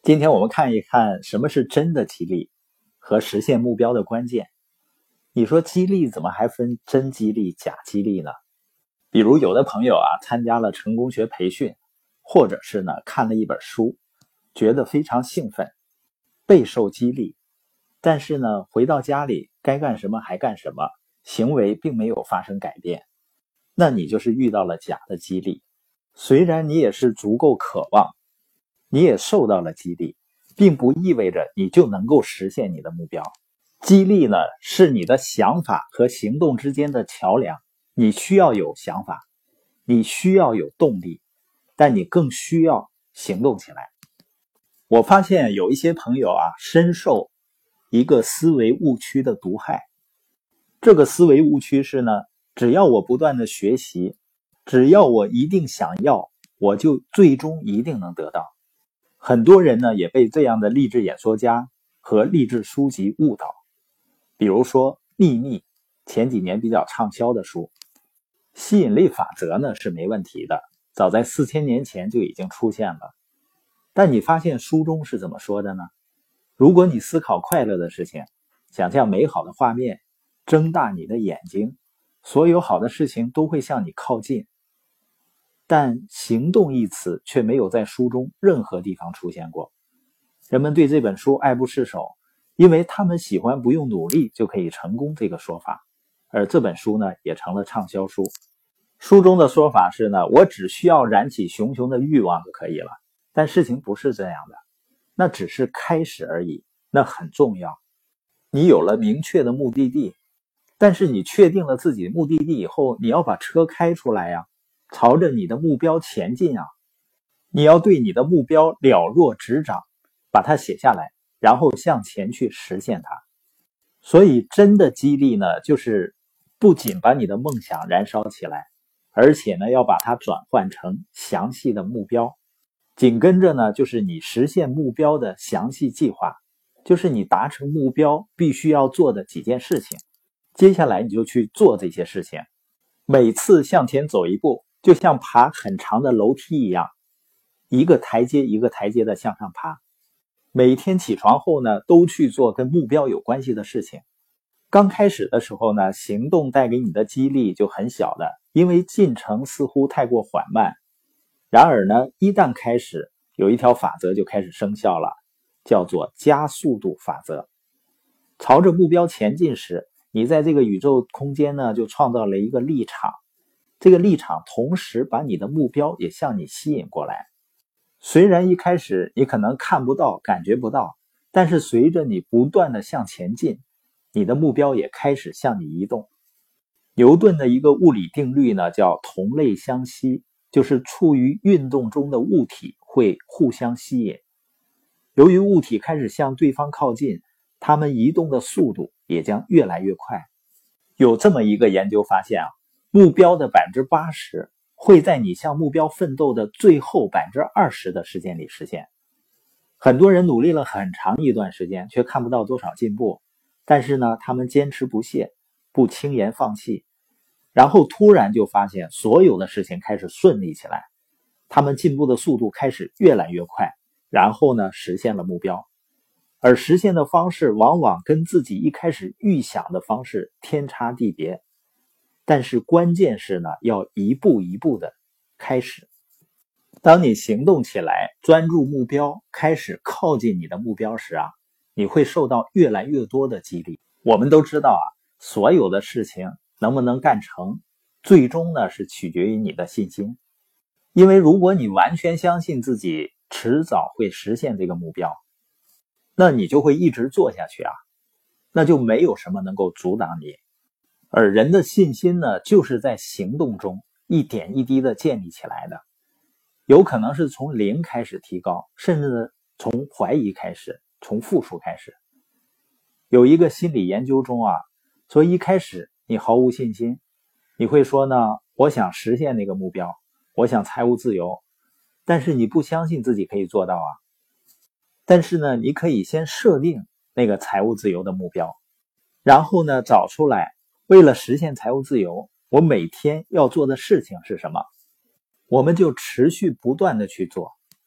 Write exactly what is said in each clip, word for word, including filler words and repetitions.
今天我们看一看什么是真的激励和实现目标的关键。你说激励怎么还分真激励、假激励呢？比如有的朋友啊参加了成功学培训，或者是呢看了一本书，觉得非常兴奋，备受激励，但是呢回到家里该干什么还干什么，行为并没有发生改变，那你就是遇到了假的激励。虽然你也是足够渴望，你也受到了激励，并不意味着你就能够实现你的目标。激励呢，是你的想法和行动之间的桥梁。你需要有想法，你需要有动力，但你更需要行动起来。我发现有一些朋友啊，深受一个思维误区的毒害。这个思维误区是呢，只要我不断的学习，只要我一定想要，我就最终一定能得到。很多人呢也被这样的励志演说家和励志书籍误导。比如说《秘密》，前几年比较畅销的书。吸引力法则呢是没问题的，早在四千年前就已经出现了。但你发现书中是怎么说的呢？如果你思考快乐的事情，想象美好的画面，睁大你的眼睛，所有好的事情都会向你靠近。但行动一词却没有在书中任何地方出现过。人们对这本书爱不释手，因为他们喜欢不用努力就可以成功这个说法，而这本书呢也成了畅销书。书中的说法是呢，我只需要燃起熊熊的欲望就可以了，但事情不是这样的，那只是开始而已，那很重要。你有了明确的目的地，但是你确定了自己的目的地以后，你要把车开出来呀，朝着你的目标前进啊！你要对你的目标了若指掌，把它写下来，然后向前去实现它。所以真的激励呢，就是不仅把你的梦想燃烧起来，而且呢要把它转换成详细的目标。紧跟着呢就是你实现目标的详细计划，就是你达成目标必须要做的几件事情。接下来你就去做这些事情，每次向前走一步，就像爬很长的楼梯一样，一个台阶一个台阶的向上爬。每天起床后呢，都去做跟目标有关系的事情。刚开始的时候呢，行动带给你的激励就很小的，因为进程似乎太过缓慢。然而呢，一旦开始，有一条法则就开始生效了，叫做加速度法则。朝着目标前进时，你在这个宇宙空间呢，就创造了一个力场。这个力场同时把你的目标也向你吸引过来。虽然一开始你可能看不到、感觉不到，但是随着你不断的向前进，你的目标也开始向你移动。牛顿的一个物理定律呢，叫同类相吸，就是处于运动中的物体会互相吸引。由于物体开始向对方靠近，它们移动的速度也将越来越快。有这么一个研究发现啊，目标的 百分之八十 会在你向目标奋斗的最后 百分之二十 的时间里实现。很多人努力了很长一段时间，却看不到多少进步，但是呢，他们坚持不懈，不轻言放弃，然后突然就发现所有的事情开始顺利起来，他们进步的速度开始越来越快，然后呢，实现了目标。而实现的方式往往跟自己一开始预想的方式天差地别。但是关键是呢，要一步一步的开始。当你行动起来，专注目标，开始靠近你的目标时啊，你会受到越来越多的激励。我们都知道啊，所有的事情能不能干成，最终呢是取决于你的信心。因为如果你完全相信自己迟早会实现这个目标，那你就会一直做下去啊，那就没有什么能够阻挡你。而人的信心呢，就是在行动中一点一滴的建立起来的，有可能是从零开始提高，甚至从怀疑开始，从负数开始。有一个心理研究中啊，说一开始你毫无信心，你会说呢，我想实现那个目标，我想财务自由，但是你不相信自己可以做到啊。但是呢，你可以先设定那个财务自由的目标，然后呢，找出来为了实现财务自由，我每天要做的事情是什么？我们就持续不断的去做。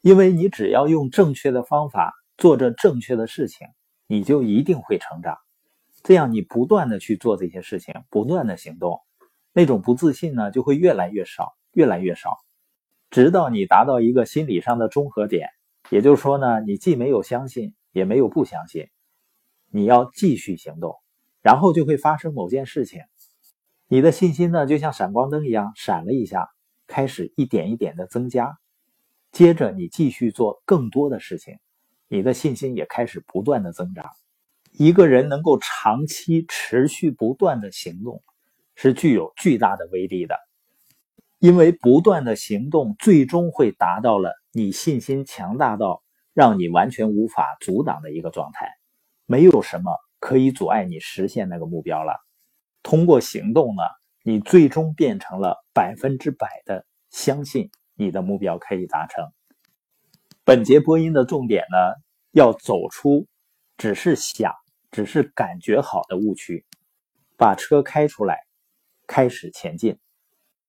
因为你只要用正确的方法做着正确的事情，你就一定会成长。这样你不断的去做这些事情，不断的行动，那种不自信呢就会越来越少，越来越少，直到你达到一个心理上的中和点。也就是说呢，你既没有相信，也没有不相信，你要继续行动，然后就会发生某件事情，你的信心呢就像闪光灯一样闪了一下，开始一点一点的增加，接着你继续做更多的事情，你的信心也开始不断的增长。一个人能够长期持续不断的行动，是具有巨大的威力的。因为不断的行动最终会达到了你信心强大到让你完全无法阻挡的一个状态，没有什么可以阻碍你实现那个目标了。通过行动呢，你最终变成了百分之百的相信你的目标可以达成。本节播音的重点呢，要走出只是想只是感觉好的误区，把车开出来，开始前进。